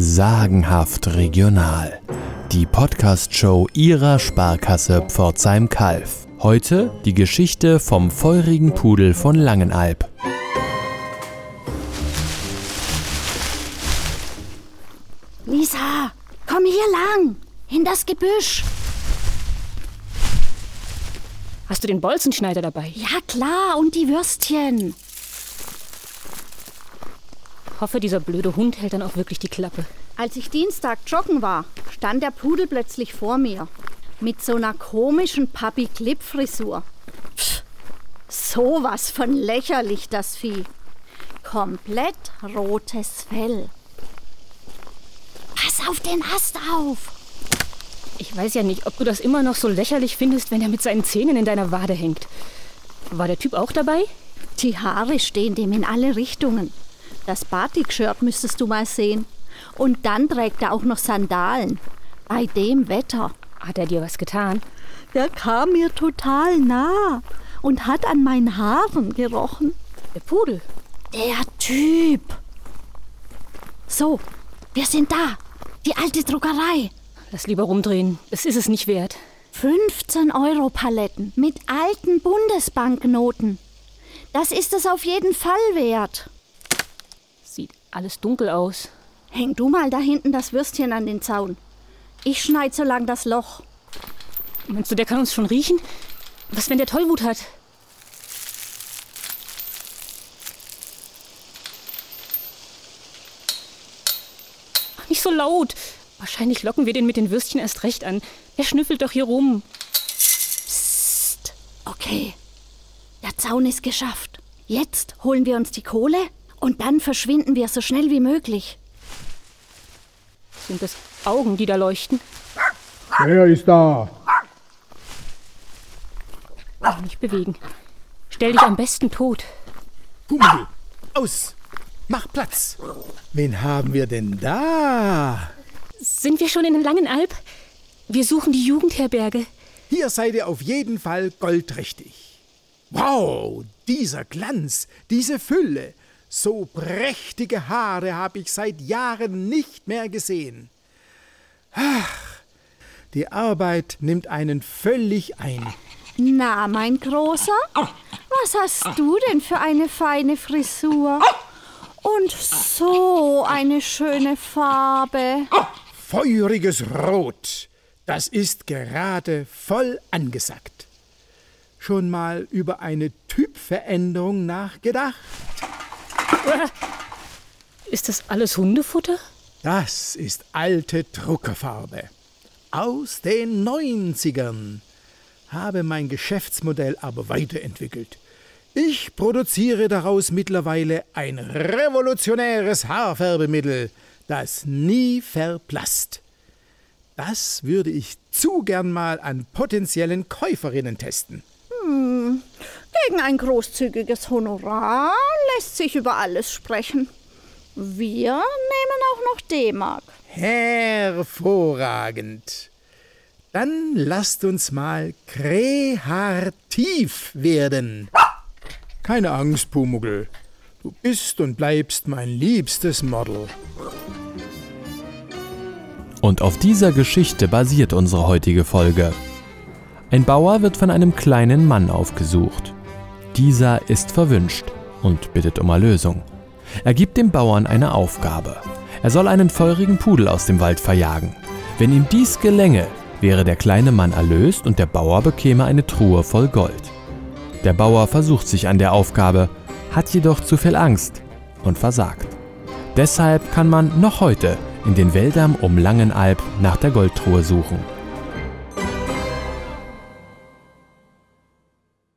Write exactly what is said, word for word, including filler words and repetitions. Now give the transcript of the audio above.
Sagenhaft regional. Die Podcast-Show Ihrer Sparkasse Pforzheim-Calw. Heute die Geschichte vom feurigen Pudel von Langenalb. Lisa, komm hier lang, in das Gebüsch. Hast du den Bolzenschneider dabei? Ja klar, und die Würstchen. Hoffe, dieser blöde Hund hält dann auch wirklich die Klappe. Als ich Dienstag joggen war, stand der Pudel plötzlich vor mir. Mit so einer komischen Papi-Clip-Frisur. Pff, sowas von lächerlich, das Vieh. Komplett rotes Fell. Pass auf den Ast auf! Ich weiß ja nicht, ob du das immer noch so lächerlich findest, wenn er mit seinen Zähnen in deiner Wade hängt. War der Typ auch dabei? Die Haare stehen dem in alle Richtungen. Das Batik-Shirt müsstest du mal sehen. Und dann trägt er auch noch Sandalen. Bei dem Wetter. Hat er dir was getan? Der kam mir total nah und hat an meinen Haaren gerochen. Der Pudel? Der Typ. So, wir sind da. Die alte Druckerei. Lass lieber rumdrehen. Das ist es nicht wert. fünfzehn Euro Paletten mit alten Bundesbanknoten. Das ist es auf jeden Fall wert. Sieht alles dunkel aus. Häng du mal da hinten das Würstchen an den Zaun. Ich schneid so lang das Loch. Meinst du, der kann uns schon riechen? Was, wenn der Tollwut hat? Ach, nicht so laut. Wahrscheinlich locken wir den mit den Würstchen erst recht an. Der schnüffelt doch hier rum. Psst. Okay. Der Zaun ist geschafft. Jetzt holen wir uns die Kohle und dann verschwinden wir so schnell wie möglich. Sind das Augen, die da leuchten? Wer ist da? Nicht bewegen. Stell dich am besten tot. Gummel, aus! Mach Platz! Wen haben wir denn da? Sind wir schon in Langenalb? Wir suchen die Jugendherberge. Hier seid ihr auf jeden Fall goldrichtig. Wow, dieser Glanz, diese Fülle. So prächtige Haare habe ich seit Jahren nicht mehr gesehen. Ach, die Arbeit nimmt einen völlig ein. Na, mein Großer, was hast du denn für eine feine Frisur? Und so eine schöne Farbe. Feuriges Rot, das ist gerade voll angesagt. Schon mal über eine Typveränderung nachgedacht? Ist das alles Hundefutter? Das ist alte Druckerfarbe. Aus den neunzigern. Habe mein Geschäftsmodell aber weiterentwickelt. Ich produziere daraus mittlerweile ein revolutionäres Haarfärbemittel, das nie verblasst. Das würde ich zu gern mal an potenziellen Käuferinnen testen. Hm, gegen ein großzügiges Honorar lässt sich über alles sprechen. Wir nehmen auch noch D-Mark. Hervorragend. Dann lasst uns mal kreativ werden. Keine Angst, Pumuckl. Du bist und bleibst mein liebstes Model. Und auf dieser Geschichte basiert unsere heutige Folge. Ein Bauer wird von einem kleinen Mann aufgesucht. Dieser ist verwünscht und bittet um Erlösung. Er gibt dem Bauern eine Aufgabe. Er soll einen feurigen Pudel aus dem Wald verjagen. Wenn ihm dies gelänge, wäre der kleine Mann erlöst und der Bauer bekäme eine Truhe voll Gold. Der Bauer versucht sich an der Aufgabe, hat jedoch zu viel Angst und versagt. Deshalb kann man noch heute in den Wäldern um Langenalb nach der Goldtruhe suchen.